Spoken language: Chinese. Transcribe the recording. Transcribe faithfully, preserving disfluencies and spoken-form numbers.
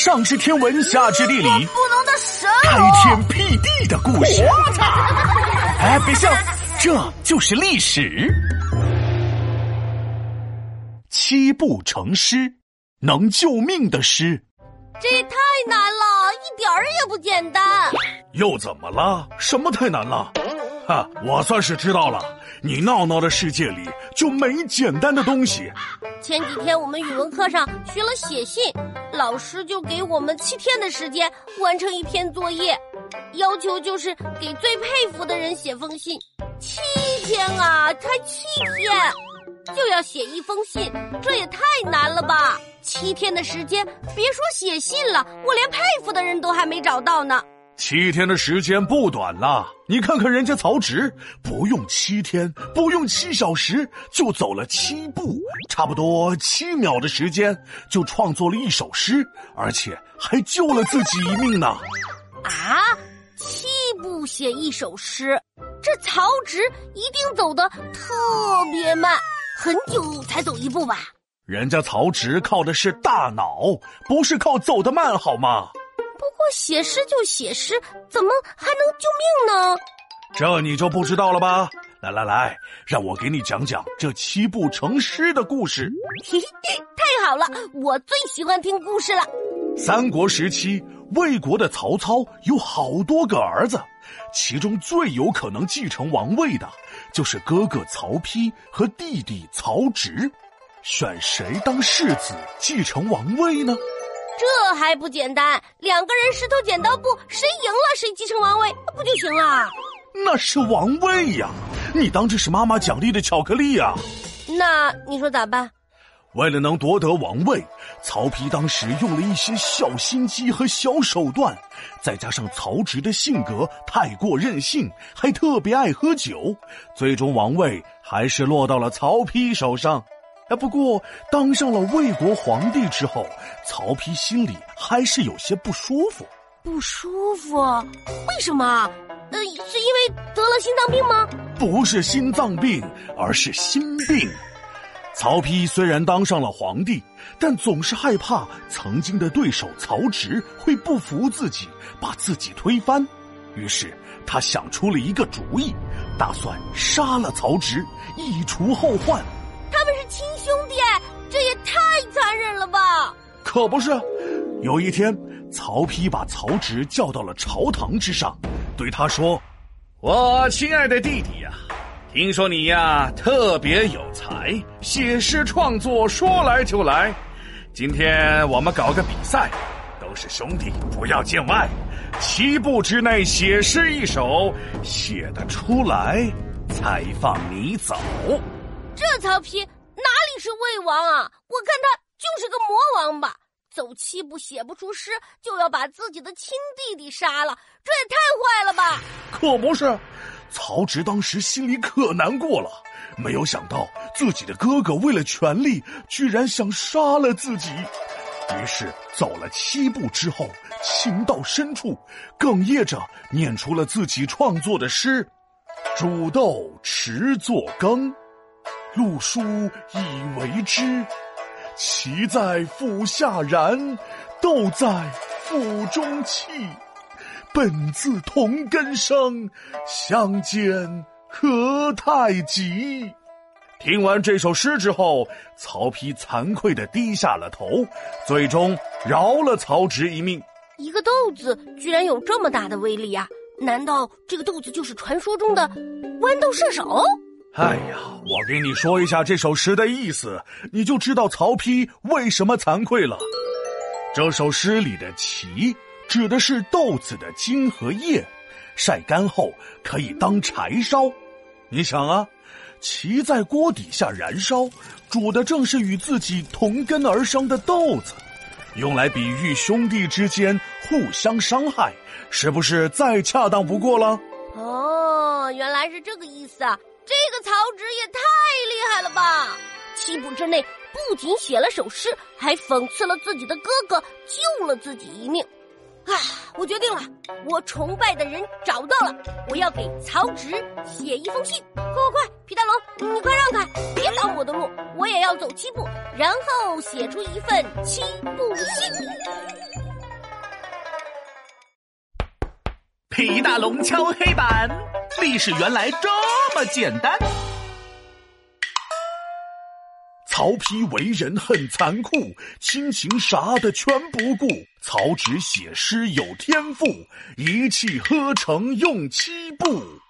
上知天文，下知地理， 我不能的神开哦！ 天辟地的故事。哎，别笑，这就是历史。七步成诗，能救命的诗。 这也太难了，一点儿也不简单。 又怎么了？什么太难了？哈，我算是知道了，你闹闹的世界里就没简单的东西。 前几天我们语文课上学了写信，老师就给我们七天的时间完成一篇作业，要求就是给最佩服的人写封信。七天啊，才七天就要写一封信，这也太难了吧！七天的时间，别说写信了，我连佩服的人都还没找到呢。 七天的时间不短了，你看看人家曹植，不用七天，不用七小时，就走了七步，差不多七秒的时间，就创作了一首诗，而且还救了自己一命呢。 啊，七步写一首诗，这曹植一定走得特别慢，很久才走一步吧？ 人家曹植靠的是大脑，不是靠走得慢，好吗？ 不过写诗就写诗，怎么还能救命呢？ 这你就不知道了吧？来来来，让我给你讲讲这七步成诗的故事。 嘿嘿，太好了，我最喜欢听故事了。 三国时期，魏国的曹操有好多个儿子，其中最有可能继承王位的，就是哥哥曹丕和弟弟曹植。选谁当世子继承王位呢？ 这还不简单，两个人石头剪刀布，谁赢了谁继承王位，不就行了？ 那是王位呀，你当这是妈妈奖励的巧克力呀？ 那你说咋办？ 为了能夺得王位，曹丕当时用了一些小心机和小手段，再加上曹植的性格太过任性，还特别爱喝酒，最终王位还是落到了曹丕手上。不过当上了魏国皇帝之后，曹丕心里还是有些不舒服。 不舒服？为什么？呃，是因为得了心脏病吗？ 不是心脏病，而是心病。曹丕虽然当上了皇帝，但总是害怕曾经的对手曹植会不服自己，把自己推翻。于是他想出了一个主意，打算杀了曹植，以除后患。 他们是亲兄弟，这也太残忍了吧！ 可不是。有一天，曹丕把曹植叫到了朝堂之上，对他说：我亲爱的弟弟呀，听说你呀特别有才，写诗创作说来就来。今天我们搞个比赛，都是兄弟，不要见外。七步之内写诗一首，写得出来才放你走。 这曹丕哪里是魏王啊？我看他就是个魔王吧！走七步写不出诗，就要把自己的亲弟弟杀了，这也太坏了吧！ 可不是，曹植当时心里可难过了，没有想到自己的哥哥为了权力，居然想杀了自己。于是走了七步之后，情到深处，哽咽着念出了自己创作的诗：煮豆持作羹，漉菽以为汁，萁在釜下燃，豆在釜中泣。本自同根生，相煎何太急。听完这首诗之后，曹丕惭愧地低下了头，最终饶了曹植一命。 一个豆子居然有这么大的威力啊！难道这个豆子就是传说中的豌豆射手？ 哎呀，我给你说一下这首诗的意思，你就知道曹丕为什么惭愧了。这首诗里的萁指的是豆子的茎和叶，晒干后可以当柴烧。你想啊，萁在锅底下燃烧，煮的正是与自己同根而生的豆子，用来比喻兄弟之间互相伤害，是不是再恰当不过了？ 哦，原来是这个意思啊！这个曹植也太厉害了吧！七步之内不仅写了首诗，还讽刺了自己的哥哥，救了自己一命。啊，我决定了，我崇拜的人找到了，我要给曹植写一封信。快快快，皮大龙，你快让开，别挡我的路，我也要走七步，然后写出一份七步信。 皮大龙敲黑板，历史原来这么简单。 曹丕为人很残酷，亲情啥的全不顾。曹植写诗有天赋，一气呵成用七步。